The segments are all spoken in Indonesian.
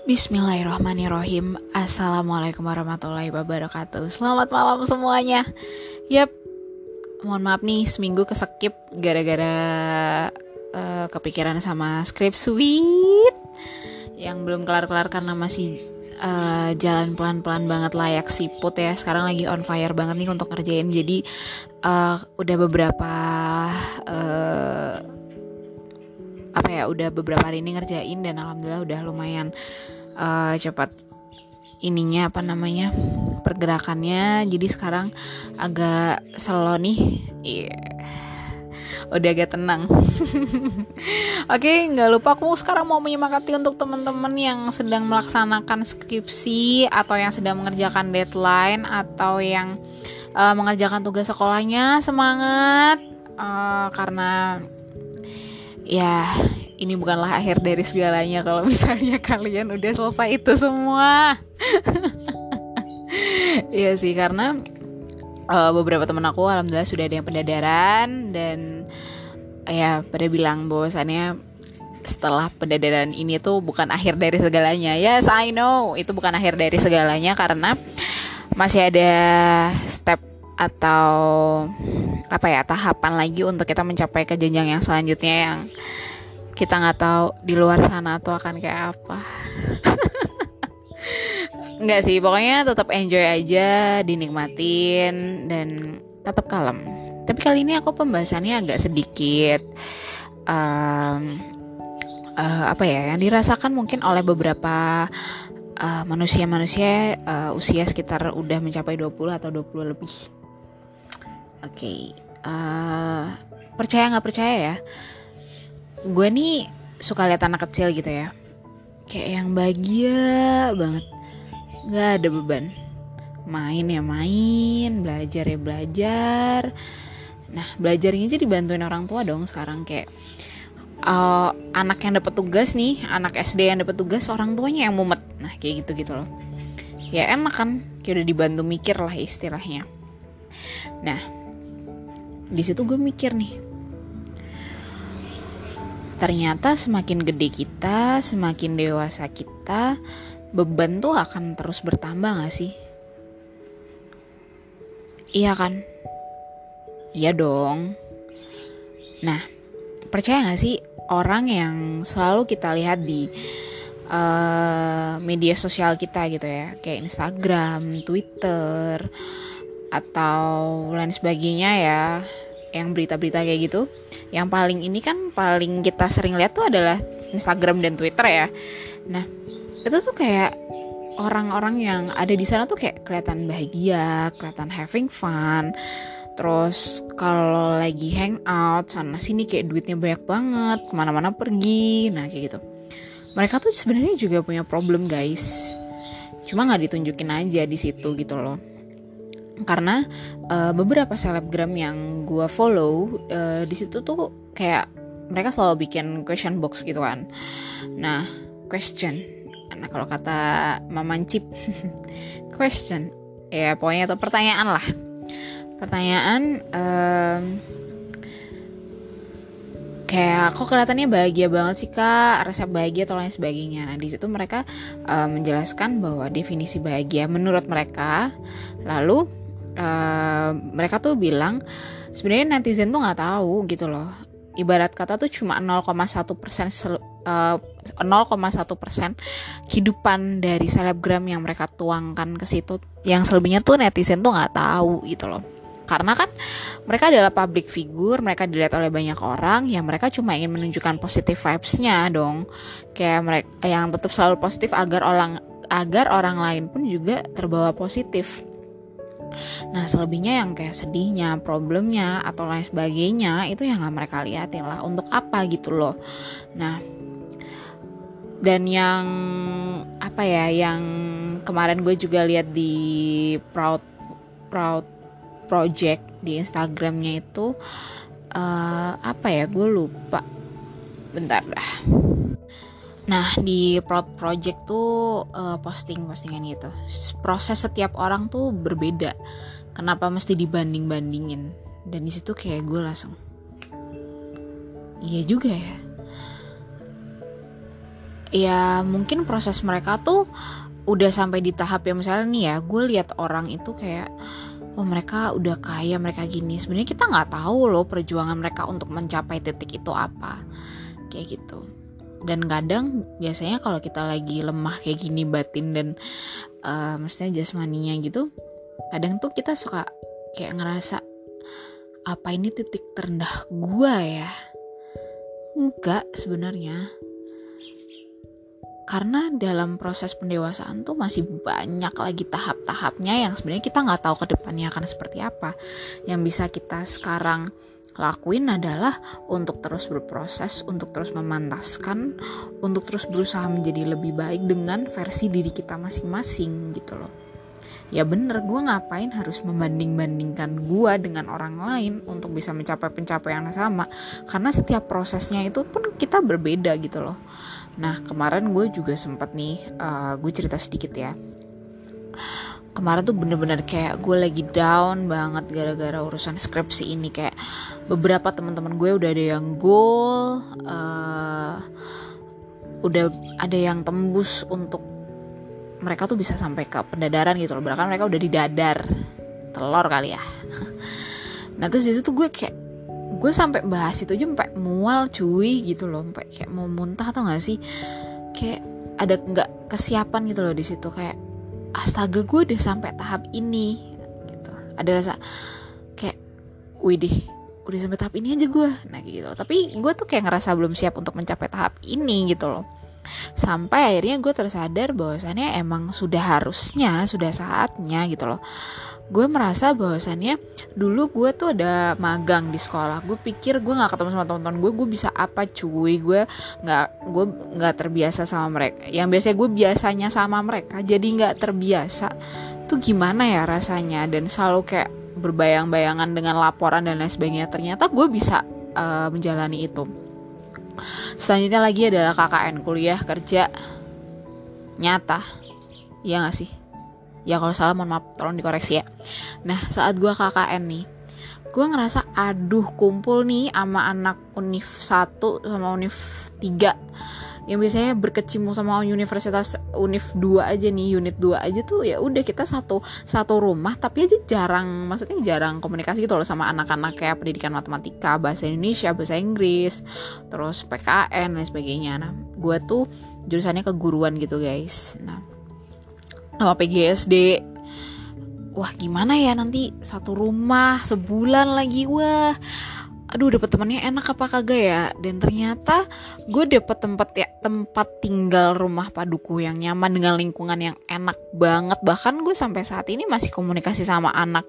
Bismillahirrahmanirrahim. Assalamualaikum warahmatullahi wabarakatuh. Selamat malam semuanya. Yap, mohon maaf nih seminggu keskip gara-gara kepikiran sama skrip sweet yang belum kelar-kelar karena masih jalan pelan-pelan banget layak siput ya. Sekarang lagi on fire banget nih untuk ngerjain. Jadi udah beberapa hari ini ngerjain dan alhamdulillah udah lumayan cepat pergerakannya. Jadi sekarang agak slow nih. Udah agak tenang. Oke, nggak lupa aku sekarang mau menyemangati untuk teman-teman yang sedang melaksanakan skripsi atau yang sedang mengerjakan deadline atau yang mengerjakan tugas sekolahnya. Semangat, karena ya ini bukanlah akhir dari segalanya kalau misalnya kalian udah selesai itu semua. Iya sih, karena beberapa teman aku alhamdulillah sudah ada yang pendadaran dan ya pada bilang bahwasannya setelah pendadaran ini tuh bukan akhir dari segalanya. Yes, I know itu bukan akhir dari segalanya karena masih ada step atau tahapan lagi untuk kita mencapai ke jenjang yang selanjutnya yang kita nggak tahu di luar sana tuh akan kayak apa. Enggak sih, pokoknya tetap enjoy aja, dinikmatin dan tetap kalem. Tapi kali ini aku pembahasannya agak sedikit yang dirasakan mungkin oleh beberapa manusia-manusia usia sekitar udah mencapai 20 atau 20 lebih. Oke. Percaya nggak percaya ya, gue nih suka lihat anak kecil gitu ya, kayak yang bahagia banget, nggak ada beban, main ya main, belajar ya belajar. Nah, belajarnya aja dibantuin orang tua dong sekarang. Kayak anak yang dapat tugas nih, anak SD yang dapat tugas, orang tuanya yang mumet. Nah, kayak gitu loh. Ya enak kan, kayak udah dibantu mikir lah istilahnya. Nah, di situ gue mikir nih, ternyata semakin gede kita, semakin dewasa kita, beban tuh akan terus bertambah gak sih? Iya kan? Iya dong. Nah, percaya gak sih orang yang selalu kita lihat di media sosial kita gitu ya, kayak Instagram, Twitter, atau lain sebagainya ya, yang berita-berita kayak gitu, yang paling kita sering lihat tuh adalah Instagram dan Twitter ya. Nah, itu tuh kayak orang-orang yang ada di sana tuh kayak kelihatan bahagia, kelihatan having fun. Terus kalau lagi hangout sana sini kayak duitnya banyak banget, kemana-mana pergi. Nah kayak gitu. Mereka tuh sebenarnya juga punya problem guys, cuma nggak ditunjukin aja di situ gitu loh. Karena beberapa selebgram yang gue follow di situ tuh kayak mereka selalu bikin question box gitu kan. Nah, question. Nah, kalau kata Mamancip question. Ya pokoknya itu pertanyaan lah. Pertanyaan kayak kok kelihatannya bahagia banget sih kak, resep bahagia atau lain sebagainya. Nah di situ mereka menjelaskan bahwa definisi bahagia menurut mereka, lalu mereka tuh bilang sebenarnya netizen tuh nggak tahu gitu loh. Ibarat kata tuh cuma 0,1% kehidupan dari selebgram yang mereka tuangkan ke situ. Yang selebihnya tuh netizen tuh nggak tahu gitu loh. Karena kan mereka adalah public figure, mereka dilihat oleh banyak orang, ya mereka cuma ingin menunjukkan positive vibes-nya dong. Kayak mereka yang tetap selalu positif agar orang lain pun juga terbawa positif. Nah selebihnya yang kayak sedihnya, problemnya atau lain sebagainya itu yang gak mereka liatin lah. Untuk apa gitu loh. Nah dan yang yang kemarin gue juga lihat di Proud Project di Instagramnya itu gue lupa, bentar dah. Nah di Proud Project tuh postingan gitu. Proses setiap orang tuh berbeda. Kenapa mesti dibanding-bandingin? Dan di situ kayak gue langsung, iya juga ya. ya mungkin proses mereka tuh udah sampai di tahap yang misalnya nih ya, gue lihat orang itu kayak, oh mereka udah kaya, mereka gini. Sebenarnya kita nggak tahu loh perjuangan mereka untuk mencapai titik itu apa, kayak gitu. Dan kadang biasanya kalau kita lagi lemah kayak gini batin dan maksudnya jasmaninya gitu, kadang tuh kita suka kayak ngerasa, apa ini titik terendah gue ya? Enggak sebenarnya. Karena dalam proses pendewasaan tuh masih banyak lagi tahap-tahapnya yang sebenarnya kita nggak tahu ke depannya akan seperti apa. Yang bisa kita sekarang lakuin adalah untuk terus berproses, untuk terus memantaskan, untuk terus berusaha menjadi lebih baik dengan versi diri kita masing-masing gitu loh. Ya bener, gue ngapain harus membanding-bandingkan gue dengan orang lain untuk bisa mencapai pencapaian yang sama, karena setiap prosesnya itu pun kita berbeda gitu loh. Nah kemarin gue juga sempet nih, gue cerita sedikit ya. Kemarin tuh bener-bener kayak gue lagi down banget gara-gara urusan skripsi ini. Kayak beberapa teman-teman gue udah ada yang goal, udah ada yang tembus untuk mereka tuh bisa sampai ke pendadaran gitu loh. Bahkan mereka udah di dadar telur kali ya. Nah terus disitu gue kayak, gue sampai bahas itu aja sampai mual cuy gitu loh, sampai kayak mau muntah atau nggak sih, kayak ada nggak kesiapan gitu loh di situ. Kayak astaga, gue udah sampai tahap ini gitu, ada rasa kayak widih udah sampai tahap ini aja gue, nah gitu. Tapi gue tuh kayak ngerasa belum siap untuk mencapai tahap ini gitu loh. Sampai akhirnya gue tersadar bahwasannya emang sudah harusnya, sudah saatnya gitu loh. Gue merasa bahwasannya dulu gue tuh ada magang di sekolah. Gue pikir gue nggak ketemu sama teman-teman gue bisa apa cuy? Gue nggak terbiasa sama mereka. Yang biasanya gue biasanya sama mereka, jadi nggak terbiasa. Tuh gimana ya rasanya? Dan selalu kayak berbayang-bayangan dengan laporan dan lain sebagainya. Ternyata gue bisa menjalani itu. Selanjutnya lagi adalah KKN, kuliah kerja nyata. Iya gak sih? Ya kalau salah mohon maaf, tolong dikoreksi ya. Nah saat gue KKN nih, gue ngerasa aduh kumpul nih sama anak univ 1 sama univ 3 yang biasanya berkecimpung sama universitas univ 2 aja nih, unit 2 aja tuh ya udah kita satu rumah, tapi aja maksudnya jarang komunikasi gitu loh sama anak-anak kayak pendidikan matematika, bahasa Indonesia, bahasa Inggris, terus PKN dan sebagainya. Nah gue tuh jurusannya keguruan gitu guys. Nah sama PGSD, wah gimana ya nanti satu rumah sebulan lagi, wah aduh dapet temannya enak apa kagak ya. Dan ternyata gue dapet tempat tinggal rumah paduku yang nyaman dengan lingkungan yang enak banget. Bahkan gue sampai saat ini masih komunikasi sama anak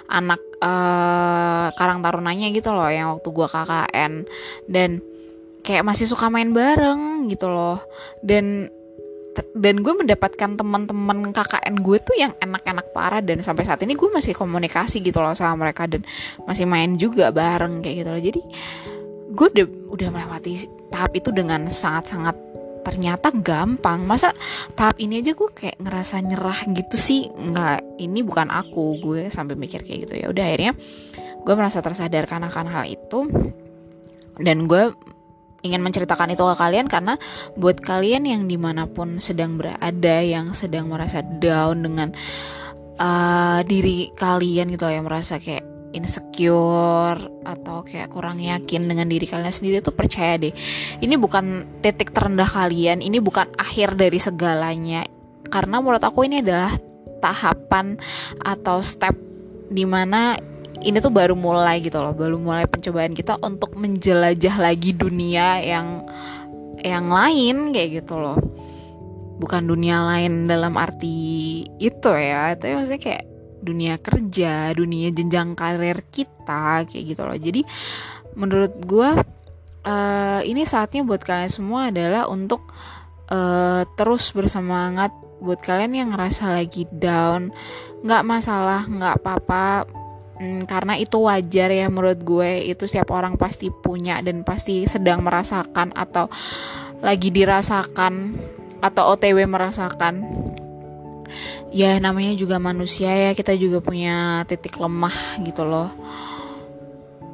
Karang Tarunanya gitu loh yang waktu gue KKN, dan kayak masih suka main bareng gitu loh. Dan gue mendapatkan teman-teman KKN gue tuh yang enak-enak parah, dan sampai saat ini gue masih komunikasi gitu loh sama mereka dan masih main juga bareng kayak gitu loh. Jadi gue udah melewati tahap itu dengan sangat-sangat ternyata gampang. Masa tahap ini aja gue kayak ngerasa nyerah gitu sih? Nggak, ini bukan aku. Gue sampai mikir kayak gitu. Ya udah akhirnya gue merasa tersadarkan akan hal itu, dan gue ingin menceritakan itu ke kalian karena buat kalian yang dimanapun sedang berada, yang sedang merasa down dengan diri kalian gitu, yang merasa kayak insecure atau kayak kurang yakin dengan diri kalian sendiri, tuh percaya deh, ini bukan titik terendah kalian, ini bukan akhir dari segalanya. Karena menurut aku ini adalah tahapan atau step dimana ini tuh baru mulai gitu loh, baru mulai pencobaan kita untuk menjelajah lagi dunia yang lain kayak gitu loh. Bukan dunia lain dalam arti itu ya, itu maksudnya kayak dunia kerja, dunia jenjang karir kita kayak gitu loh. Jadi menurut gue ini saatnya buat kalian semua adalah untuk terus bersemangat. Buat kalian yang ngerasa lagi down, nggak masalah, nggak apa-apa. Karena itu wajar ya menurut gue. Itu setiap orang pasti punya dan pasti sedang merasakan atau lagi dirasakan atau OTW merasakan. Ya namanya juga manusia ya, kita juga punya titik lemah gitu loh.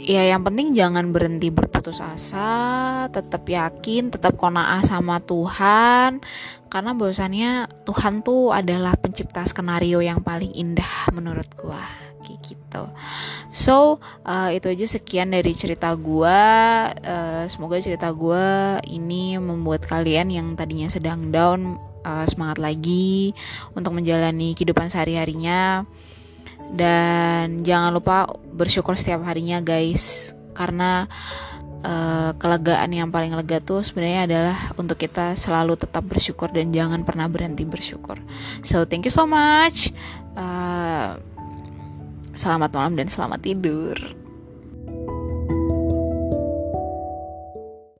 ya yang penting jangan berhenti berputus asa, tetap yakin, tetap qanaah sama Tuhan, karena bahwasannya Tuhan tuh adalah pencipta skenario yang paling indah menurut gua, kayak gitu. So itu aja, sekian dari cerita gua. Semoga cerita gua ini membuat kalian yang tadinya sedang down semangat lagi untuk menjalani kehidupan sehari-harinya. Dan jangan lupa bersyukur setiap harinya guys, karena kelegaan yang paling lega tuh sebenarnya adalah untuk kita selalu tetap bersyukur dan jangan pernah berhenti bersyukur. So thank you so much, selamat malam dan selamat tidur.